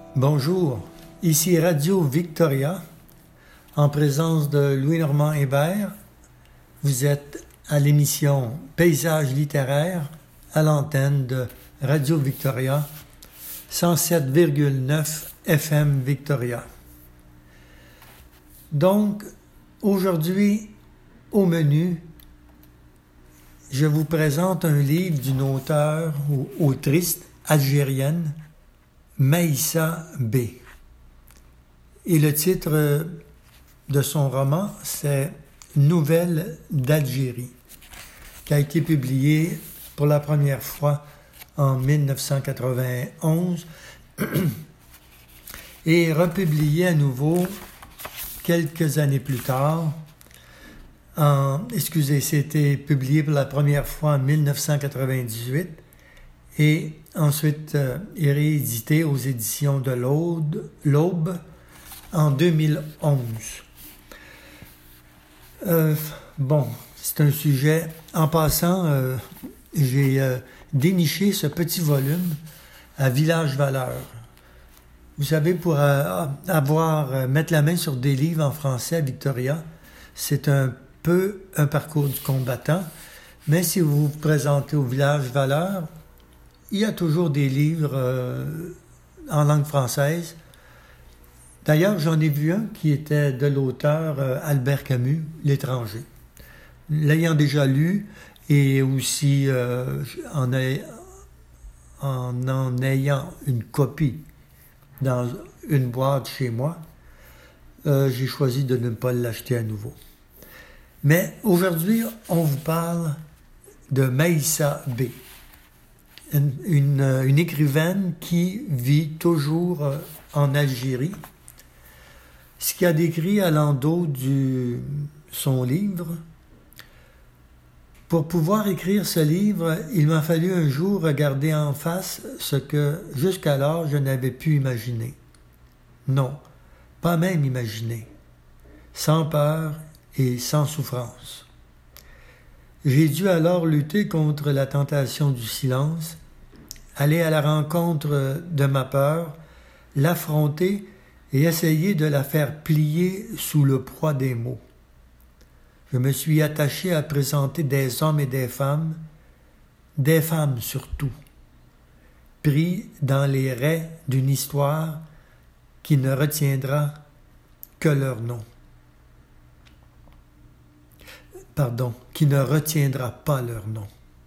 Bonjour, ici Radio Victoria, en présence de Louis-Normand Hébert. Vous êtes à l'émission Paysages littéraires à l'antenne de Radio Victoria, 107,9 FM Victoria. Donc, aujourd'hui, au menu, je vous présente un livre d'une auteure ou autrice algérienne, Maïssa B. Et le titre de son roman, c'est Nouvelles d'Algérie, qui a été publié pour la première fois en 1991 et republié à nouveau quelques années plus tard. C'était publié pour la première fois en 1998 et ensuite réédité aux éditions de l'Aube en 2011. C'est un sujet. En passant, j'ai déniché ce petit volume à Village Valeur. Vous savez, pour mettre la main sur des livres en français à Victoria, c'est un peu un parcours du combattant, mais si vous vous présentez au Village Valeur, il y a toujours des livres en langue française. D'ailleurs, j'en ai vu un qui était de l'auteur Albert Camus, L'étranger. L'ayant déjà lu et aussi en ayant une copie dans une boîte chez moi, j'ai choisi de ne pas l'acheter à nouveau. Mais aujourd'hui, on vous parle de Maïssa B., une écrivaine qui vit toujours en Algérie. Ce qu'il a décrit à l'endos de son livre. Pour pouvoir écrire ce livre, il m'a fallu un jour regarder en face ce que jusqu'alors je n'avais pu imaginer. Non, pas même imaginer. Sans peur et sans souffrance. J'ai dû alors lutter contre la tentation du silence, aller à la rencontre de ma peur, l'affronter et essayer de la faire plier sous le poids des mots. Je me suis attaché à présenter des hommes et des femmes surtout, pris dans les raies d'une histoire qui ne retiendra que leur nom. Qui ne retiendra pas leur nom.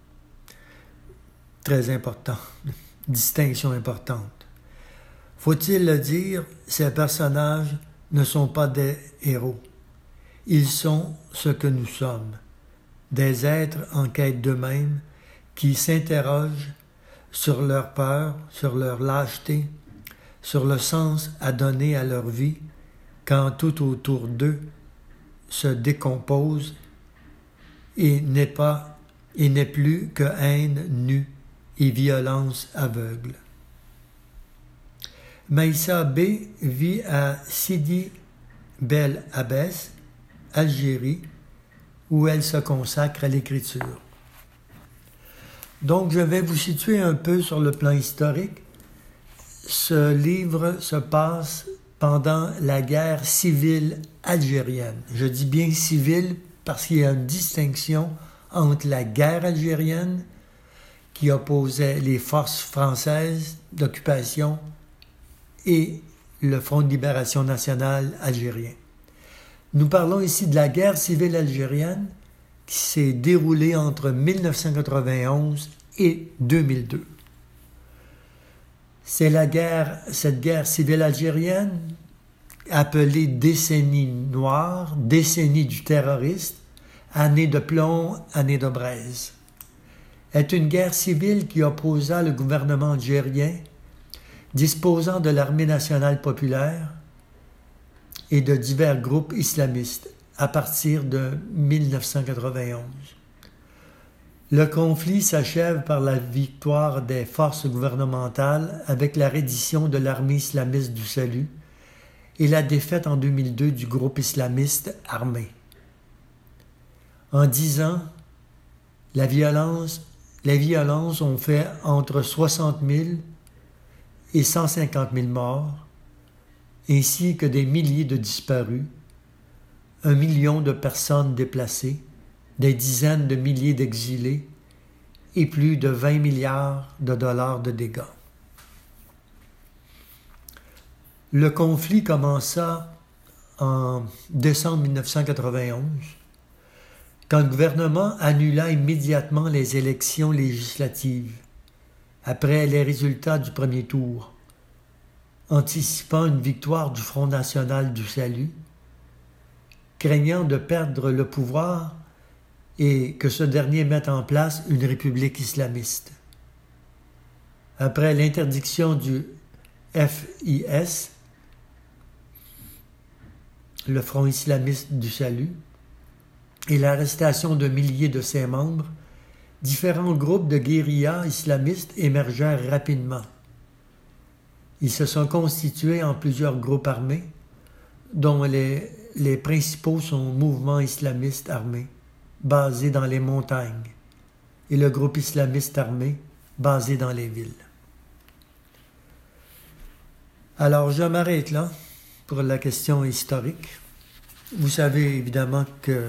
Très important, distinction importante. Faut-il le dire, ces personnages ne sont pas des héros. Ils sont ce que nous sommes, des êtres en quête d'eux-mêmes qui s'interrogent sur leur peur, sur leur lâcheté, sur le sens à donner à leur vie quand tout autour d'eux se décompose et n'est plus que haine nue et violence aveugle. Maïssa B. vit à Sidi Bel Abbès, Algérie, où elle se consacre à l'écriture. Donc, je vais vous situer un peu sur le plan historique. Ce livre se passe pendant la guerre civile algérienne. Je dis bien civile parce qu'il y a une distinction entre la guerre algérienne qui opposait les forces françaises d'occupation et le Front de libération nationale algérien. Nous parlons ici de la guerre civile algérienne qui s'est déroulée entre 1991 et 2002. C'est cette guerre civile algérienne, appelée décennie noire, décennie du terroriste, année de plomb, année de braise, est une guerre civile qui opposa le gouvernement algérien, disposant de l'armée nationale populaire et de divers groupes islamistes à partir de 1991. Le conflit s'achève par la victoire des forces gouvernementales avec la reddition de l'armée islamiste du salut et la défaite en 2002 du groupe islamiste armé. En 10 ans, les violences ont fait entre 60 000 et 150 000 morts, ainsi que des milliers de disparus, 1 million de personnes déplacées, des dizaines de milliers d'exilés et plus de 20 milliards de dollars de dégâts. Le conflit commença en décembre 1991, quand le gouvernement annula immédiatement les élections législatives après les résultats du premier tour, anticipant une victoire du Front national du salut, craignant de perdre le pouvoir et que ce dernier mette en place une république islamiste. Après l'interdiction du FIS, le Front islamiste du salut, et l'arrestation de milliers de ses membres, différents groupes de guérillas islamistes émergèrent rapidement. Ils se sont constitués en plusieurs groupes armés, dont les principaux sont mouvements islamistes armés, basés dans les montagnes, et le groupe islamiste armé, basé dans les villes. Alors, je m'arrête là pour la question historique. Vous savez évidemment que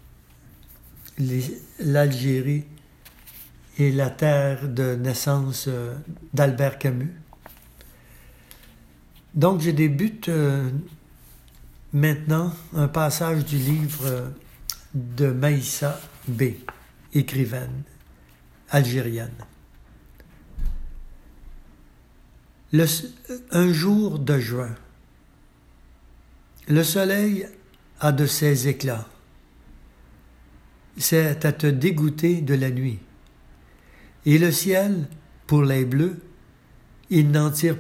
l'Algérie est la terre de naissance d'Albert Camus. Donc, je débute maintenant un passage du livre de Maïssa B., écrivaine algérienne. Un jour de juin. Le soleil a de ses éclats. C'est à te dégoûter de la nuit. Et le ciel, pour les bleus, il s'en tire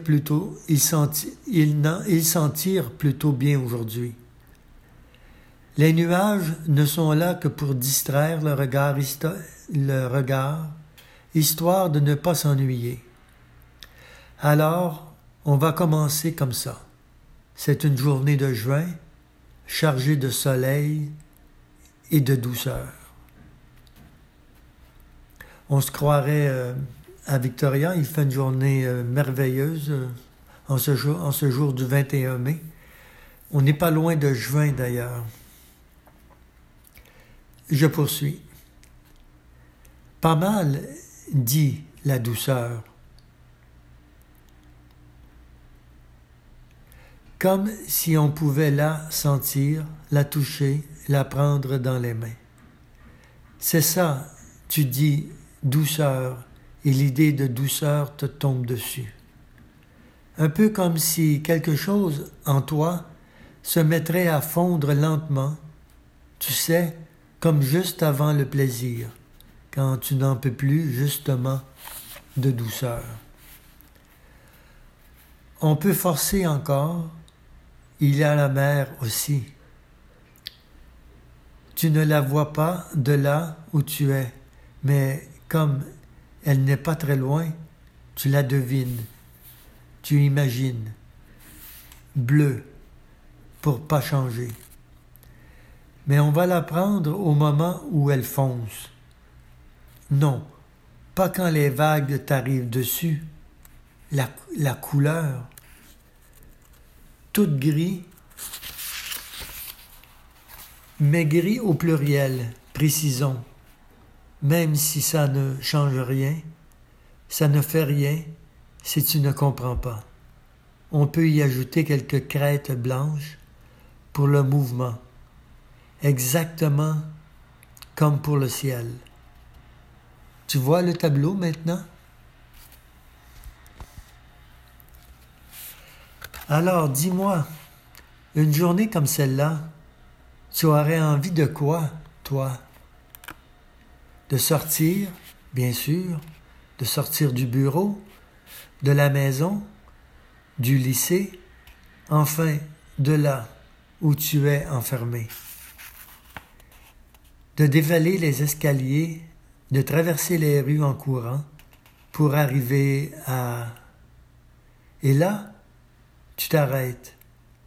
plutôt bien aujourd'hui. Les nuages ne sont là que pour distraire le regard, histoire de ne pas s'ennuyer. Alors, on va commencer comme ça. C'est une journée de juin, chargée de soleil et de douceur. On se croirait à Victoria, il fait une journée merveilleuse en ce jour du 21 mai. On n'est pas loin de juin d'ailleurs. Je poursuis. Pas mal, dit la douceur. Comme si on pouvait la sentir, la toucher, la prendre dans les mains. C'est ça, tu dis douceur, et l'idée de douceur te tombe dessus. Un peu comme si quelque chose en toi se mettrait à fondre lentement, tu sais, comme juste avant le plaisir, quand tu n'en peux plus justement de douceur. On peut forcer encore, il y a la mer aussi. Tu ne la vois pas de là où tu es, mais comme elle n'est pas très loin, tu la devines, tu imagines. Bleu, pour pas changer. Mais on va la prendre au moment où elle fonce. Non, pas quand les vagues t'arrivent dessus. La couleur, toute gris, mais gris au pluriel, précisons. Même si ça ne change rien, ça ne fait rien si tu ne comprends pas. On peut y ajouter quelques crêtes blanches pour le mouvement, exactement comme pour le ciel. Tu vois le tableau maintenant? Alors, dis-moi, une journée comme celle-là, tu aurais envie de quoi, toi? De sortir, bien sûr, de sortir du bureau, de la maison, du lycée, enfin de là où tu es enfermé. De dévaler les escaliers, de traverser les rues en courant pour arriver à... Et là, tu t'arrêtes,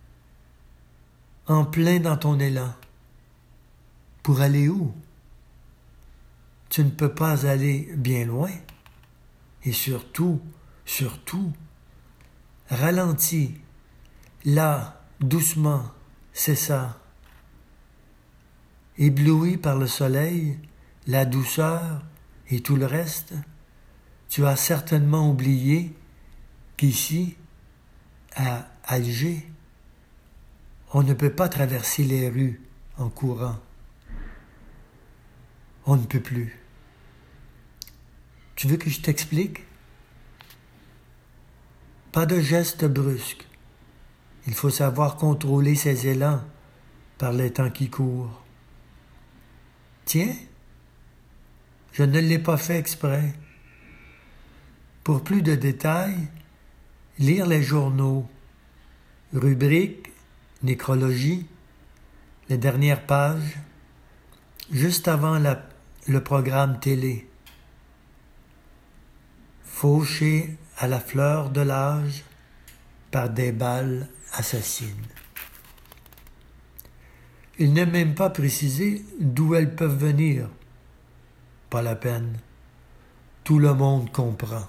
en plein dans ton élan. Pour aller où? Tu ne peux pas aller bien loin. Et surtout, Ralentis. Là, doucement, c'est ça. Ébloui par le soleil, la douceur et tout le reste, tu as certainement oublié qu'ici, à Alger, on ne peut pas traverser les rues en courant. On ne peut plus. Tu veux que je t'explique? Pas de gestes brusques. Il faut savoir contrôler ses élans par les temps qui courent. Tiens, je ne l'ai pas fait exprès. Pour plus de détails, lire les journaux, rubriques, nécrologie, les dernières pages, juste avant le programme télé. Fauché à la fleur de l'âge par des balles assassines. Il n'est même pas précisé d'où elles peuvent venir. Pas la peine. Tout le monde comprend.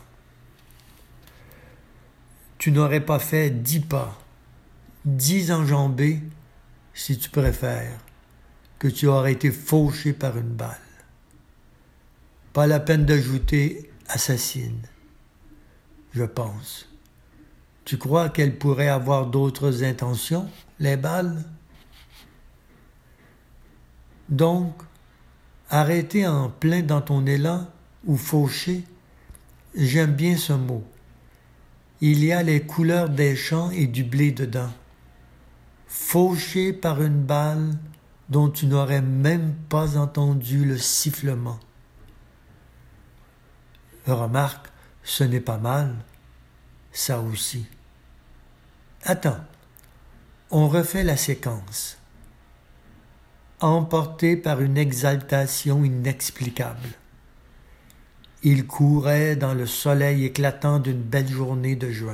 Tu n'aurais pas fait 10 pas, 10 enjambées, si tu préfères, que tu aurais été fauché par une balle. Pas la peine d'ajouter assassine, je pense. Tu crois qu'elles pourraient avoir d'autres intentions, les balles? Donc, arrêter en plein dans ton élan ou faucher, j'aime bien ce mot. Il y a les couleurs des champs et du blé dedans. Fauché par une balle dont tu n'aurais même pas entendu le sifflement. Remarque, ce n'est pas mal, ça aussi. Attends, on refait la séquence. Emporté par une exaltation inexplicable. Il courait dans le soleil éclatant d'une belle journée de juin.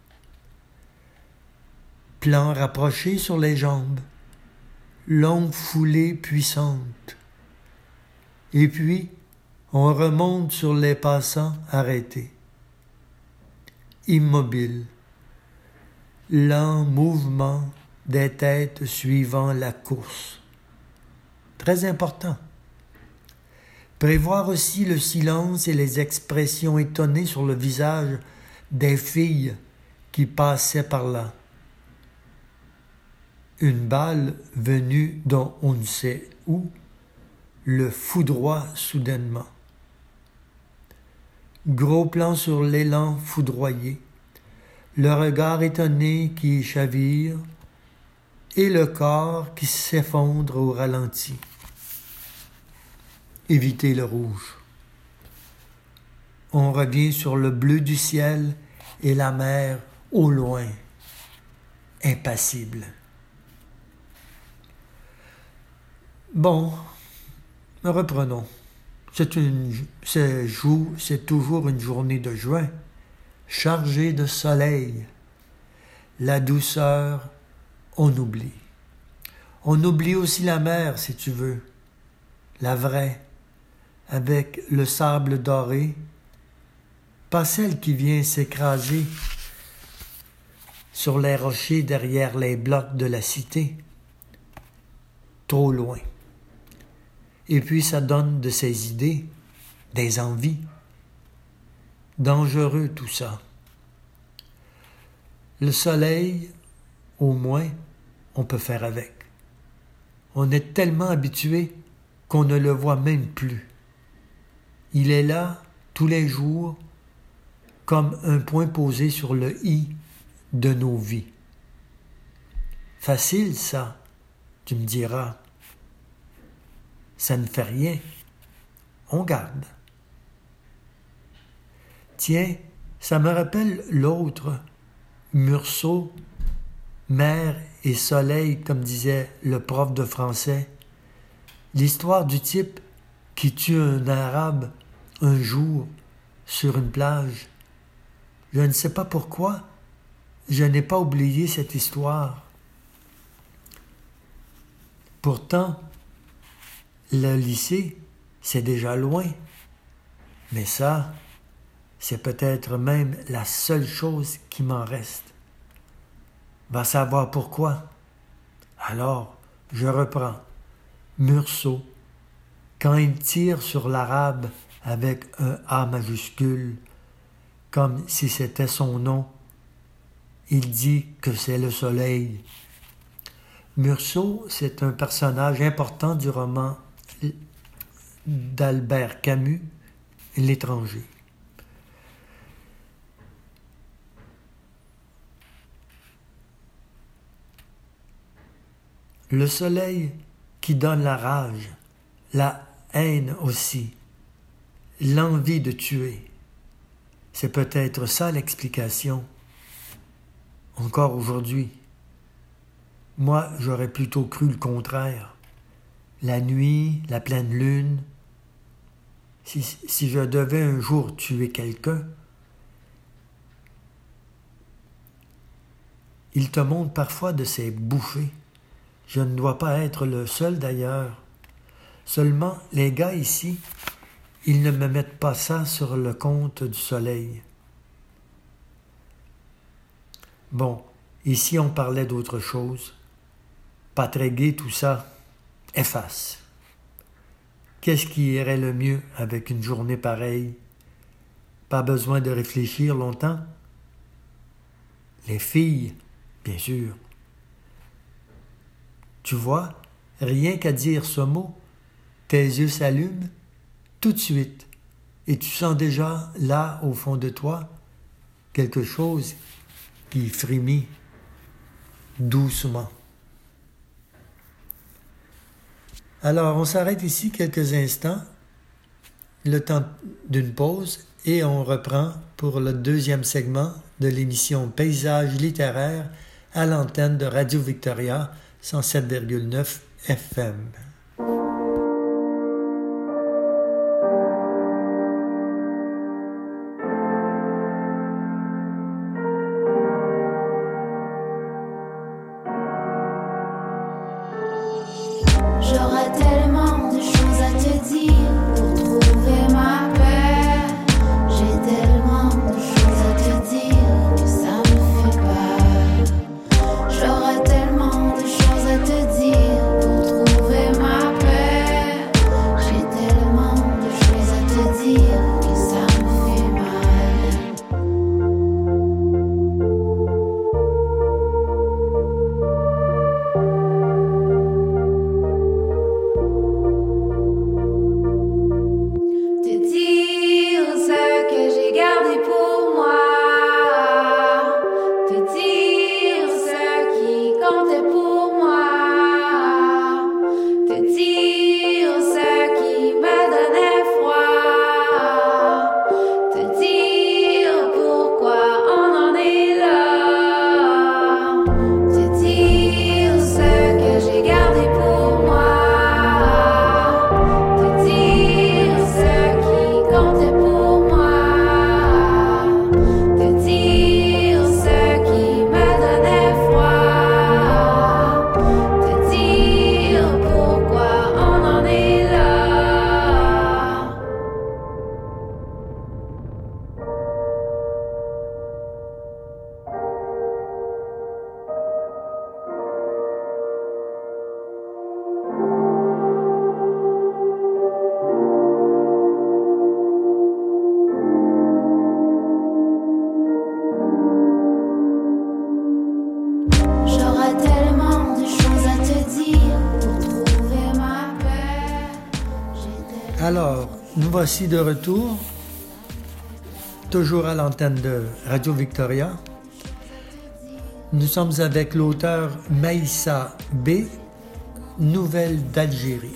Plan rapproché sur les jambes, longue foulée puissante. Et puis, on remonte sur les passants arrêtés. Immobile, lent mouvement des têtes suivant la course. Très important. Prévoir aussi le silence et les expressions étonnées sur le visage des filles qui passaient par là. Une balle venue d'on on ne sait où le foudroie soudainement. Gros plan sur l'élan foudroyé, le regard étonné qui chavire et le corps qui s'effondre au ralenti. Éviter le rouge. On revient sur le bleu du ciel et la mer au loin, impassible. Bon, reprenons. C'est toujours une journée de juin, chargée de soleil. La douceur, on oublie. On oublie aussi la mer, si tu veux, la vraie, avec le sable doré, pas celle qui vient s'écraser sur les rochers derrière les blocs de la cité, trop loin. Et puis ça donne de ces idées, des envies. Dangereux tout ça. Le soleil, au moins, on peut faire avec. On est tellement habitué qu'on ne le voit même plus. Il est là, tous les jours, comme un point posé sur le « i » de nos vies. Facile, ça, tu me diras. Ça ne fait rien. On garde. Tiens, ça me rappelle l'autre, Meursault, mer et soleil, comme disait le prof de français. L'histoire du type qui tue un arabe un jour sur une plage. Je ne sais pas pourquoi, je n'ai pas oublié cette histoire. Pourtant, le lycée, c'est déjà loin. Mais ça, c'est peut-être même la seule chose qui m'en reste. va savoir pourquoi. Alors, je reprends. Meursault, quand il tire sur l'arabe avec un A majuscule, comme si c'était son nom, il dit que c'est le soleil. Meursault, c'est un personnage important du roman d'Albert Camus, L'étranger. Le soleil qui donne la rage, la haine aussi, l'envie de tuer. C'est peut-être ça l'explication. Encore aujourd'hui. Moi, j'aurais plutôt cru le contraire. La nuit, la pleine lune. Si je devais un jour tuer quelqu'un, il te montre parfois de ses bouffées. Je ne dois pas être le seul d'ailleurs. Seulement, les gars ici, ils ne me mettent pas ça sur le compte du soleil. Bon, ici on parlait d'autre chose. Pas très gai tout ça. Efface. Qu'est-ce qui irait le mieux avec une journée pareille? Pas besoin de réfléchir longtemps? Les filles, bien sûr. Tu vois, rien qu'à dire ce mot, tes yeux s'allument tout de suite et tu sens déjà là, au fond de toi, quelque chose qui frémit doucement. Alors, on s'arrête ici quelques instants, le temps d'une pause, et on reprend pour le deuxième segment de l'émission Paysage littéraire à l'antenne de Radio-Victoria 107,9 FM. J'aurais tellement de choses à te dire pour trouver ma paix. J'ai tellement de choses à te dire que ça me fait peur. J'aurais tellement de choses à te dire pour trouver ma paix. J'ai tellement de choses à te dire que ça me fait mal. Alors, nous voici de retour, toujours à l'antenne de Radio-Victoria. Nous sommes avec l'auteur Maïssa B, Nouvelles d'Algérie.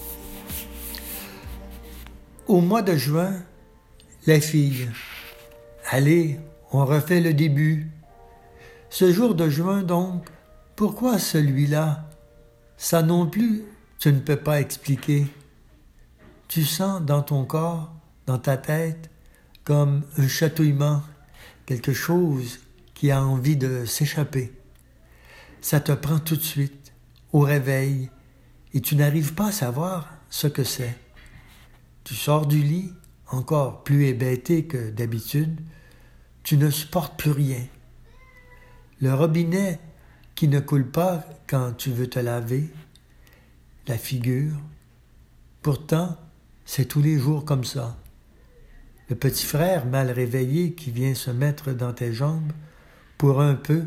Au mois de juin, les filles, allez, on refait le début. Ce jour de juin donc, pourquoi celui-là? Ça non plus, tu ne peux pas expliquer. Tu sens dans ton corps, dans ta tête, comme un chatouillement, quelque chose qui a envie de s'échapper. Ça te prend tout de suite, au réveil, et tu n'arrives pas à savoir ce que c'est. Tu sors du lit, encore plus hébété que d'habitude, tu ne supportes plus rien. Le robinet qui ne coule pas quand tu veux te laver, la figure. Pourtant, c'est tous les jours comme ça. Le petit frère mal réveillé qui vient se mettre dans tes jambes, pour un peu,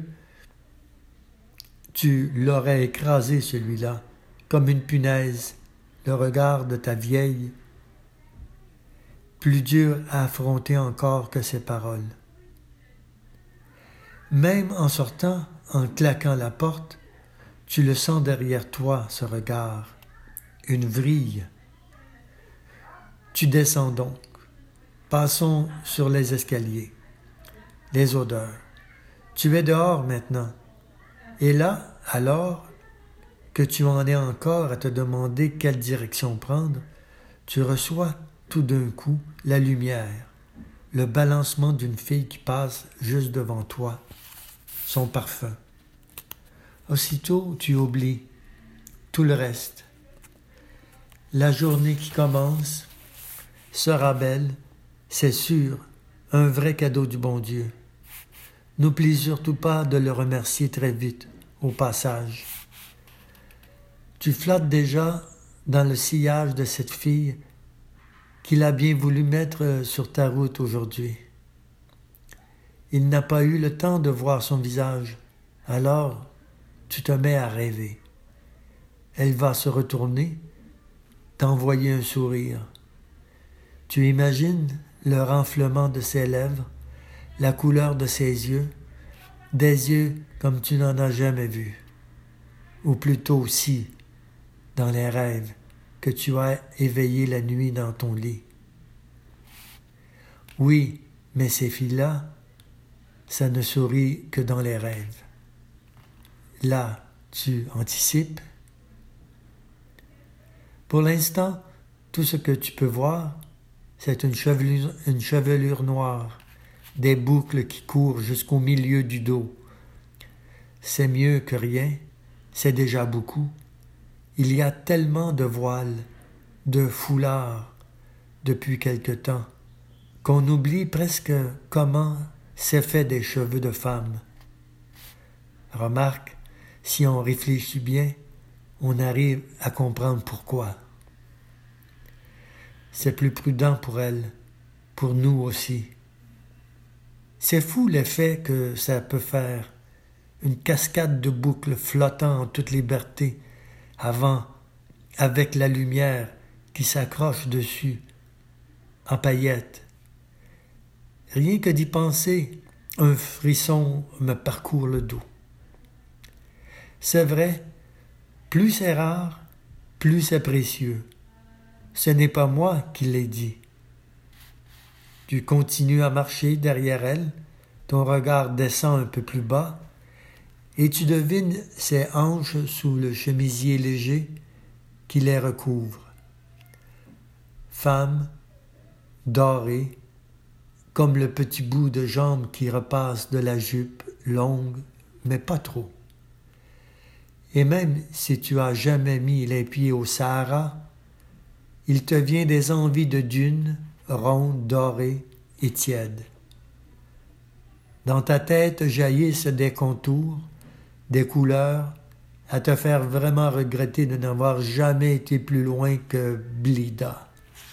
tu l'aurais écrasé celui-là, comme une punaise, le regard de ta vieille, plus dur à affronter encore que ses paroles. Même en sortant, en claquant la porte, tu le sens derrière toi, ce regard, une vrille. Tu descends donc. Passons sur les escaliers. Les odeurs. Tu es dehors maintenant. Et là, alors que tu en es encore à te demander quelle direction prendre, tu reçois tout d'un coup la lumière, le balancement d'une fille qui passe juste devant toi, son parfum. Aussitôt, tu oublies tout le reste. La journée qui commence sera belle, c'est sûr, un vrai cadeau du bon Dieu. N'oublie surtout pas de le remercier très vite, au passage. Tu flottes déjà dans le sillage de cette fille qu'il a bien voulu mettre sur ta route aujourd'hui. Il n'a pas eu le temps de voir son visage, alors tu te mets à rêver. Elle va se retourner, t'envoyer un sourire. Tu imagines le renflement de ses lèvres, la couleur de ses yeux, des yeux comme tu n'en as jamais vu, ou plutôt si, dans les rêves que tu as éveillés la nuit dans ton lit. Oui, mais ces filles-là, ça ne sourit que dans les rêves. Là, tu anticipes. Pour l'instant, tout ce que tu peux voir, c'est une chevelure noire, des boucles qui courent jusqu'au milieu du dos. C'est mieux que rien, c'est déjà beaucoup. Il y a tellement de voiles, de foulards, depuis quelque temps, qu'on oublie presque comment c'est fait des cheveux de femme. Remarque, si on réfléchit bien, on arrive à comprendre pourquoi. C'est plus prudent pour elle, pour nous aussi. C'est fou l'effet que ça peut faire, une cascade de boucles flottant en toute liberté, avec la lumière qui s'accroche dessus, en paillettes. Rien que d'y penser, un frisson me parcourt le dos. C'est vrai, plus c'est rare, plus c'est précieux. Ce n'est pas moi qui l'ai dit. Tu continues à marcher derrière elle, ton regard descend un peu plus bas, et tu devines ses hanches sous le chemisier léger qui les recouvre. Femme, dorée, comme le petit bout de jambe qui repasse de la jupe, longue, mais pas trop. Et même si tu as jamais mis les pieds au Sahara, il te vient des envies de dunes, rondes, dorées et tièdes. Dans ta tête jaillissent des contours, des couleurs, à te faire vraiment regretter de n'avoir jamais été plus loin que Blida.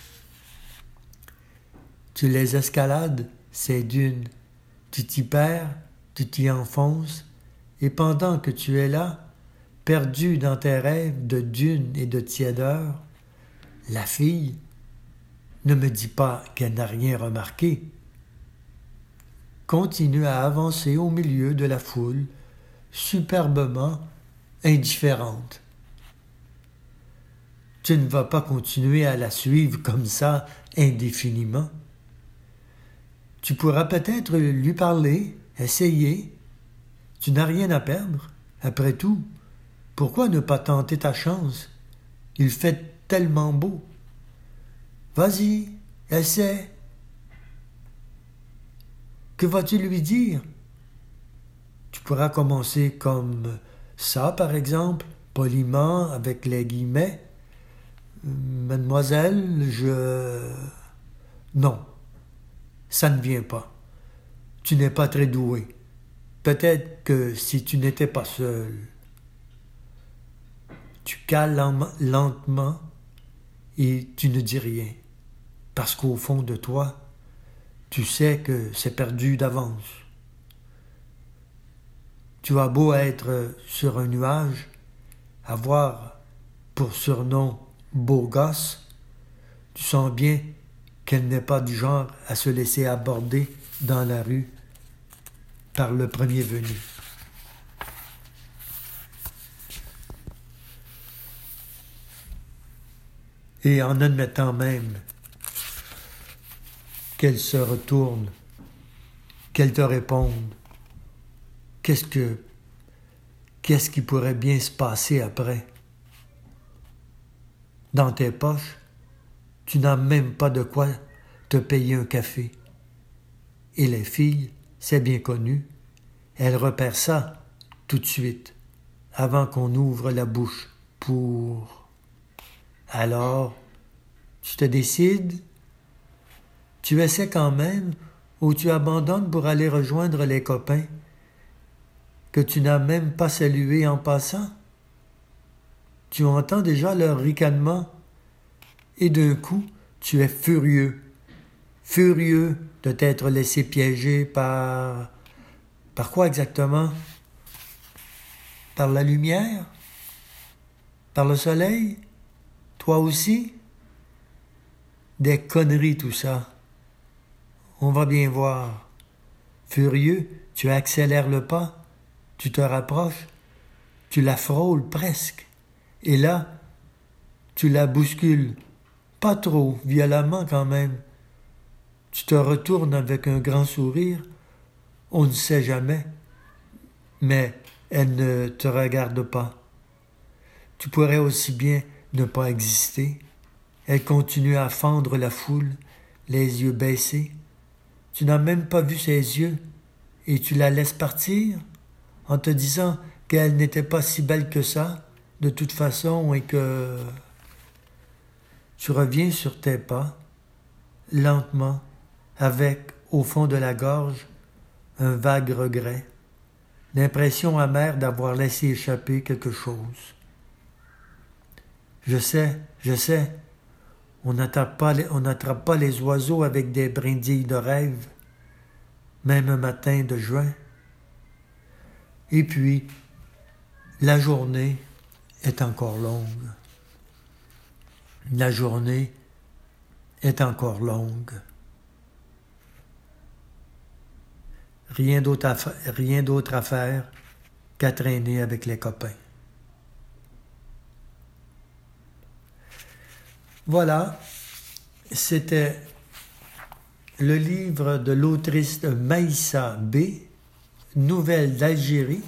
Tu les escalades, ces dunes, tu t'y perds, tu t'y enfonces, et pendant que tu es là, perdu dans tes rêves de dunes et de tiédeur, la fille ne me dit pas qu'elle n'a rien remarqué. Continue à avancer au milieu de la foule, superbement indifférente. Tu ne vas pas continuer à la suivre comme ça indéfiniment. Tu pourras peut-être lui parler, essayer. Tu n'as rien à perdre. Après tout, pourquoi ne pas tenter ta chance? Il fait tellement beau. Vas-y, essaie. Que vas-tu lui dire? Tu pourras commencer comme ça, par exemple, poliment, avec les guillemets. Mademoiselle, Non, ça ne vient pas. Tu n'es pas très doué. Peut-être que si tu n'étais pas seul, tu cales lentement et tu ne dis rien. Parce qu'au fond de toi, tu sais que c'est perdu d'avance. Tu as beau être sur un nuage, avoir pour surnom beau gosse, tu sens bien qu'elle n'est pas du genre à se laisser aborder dans la rue par le premier venu. Et en admettant même qu'elle se retourne, qu'elle te réponde, qu'est-ce qui pourrait bien se passer après? Dans tes poches, tu n'as même pas de quoi te payer un café. Et les filles, c'est bien connu, elles repèrent ça tout de suite, avant qu'on ouvre la bouche pour... Alors, tu te décides, tu essaies quand même, ou tu abandonnes pour aller rejoindre les copains que tu n'as même pas salués en passant. Tu entends déjà leur ricanement, et d'un coup, tu es furieux de t'être laissé piéger par... Par quoi exactement? Par la lumière? Par le soleil? Toi aussi? Des conneries tout ça. On va bien voir. Furieux, tu accélères le pas, tu te rapproches, tu la frôles presque. Et là, tu la bouscules. Pas trop, violemment quand même. Tu te retournes avec un grand sourire. On ne sait jamais. Mais elle ne te regarde pas. Tu pourrais aussi bien ne pas exister. Elle continue à fendre la foule, les yeux baissés. Tu n'as même pas vu ses yeux, et tu la laisses partir, en te disant qu'elle n'était pas si belle que ça, de toute façon, et que... Tu reviens sur tes pas, lentement, avec, au fond de la gorge, un vague regret, l'impression amère d'avoir laissé échapper quelque chose. Je sais, on n'attrape pas les oiseaux avec des brindilles de rêve, même un matin de juin. Et puis, la journée est encore longue. La journée est encore longue. Rien d'autre à faire qu'à traîner avec les copains. Voilà, c'était le livre de l'autrice Maïssa B, Nouvelles d'Algérie,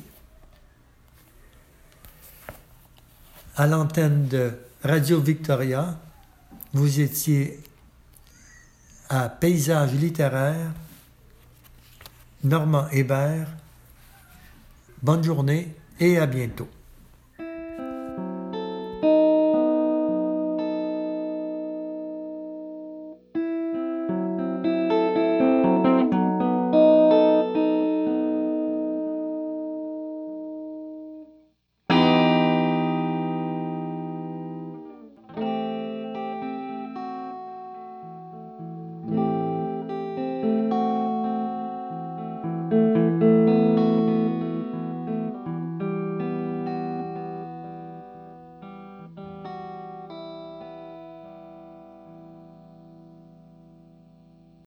à l'antenne de Radio Victoria. Vous étiez à Paysage littéraire, Normand Hébert. Bonne journée et à bientôt.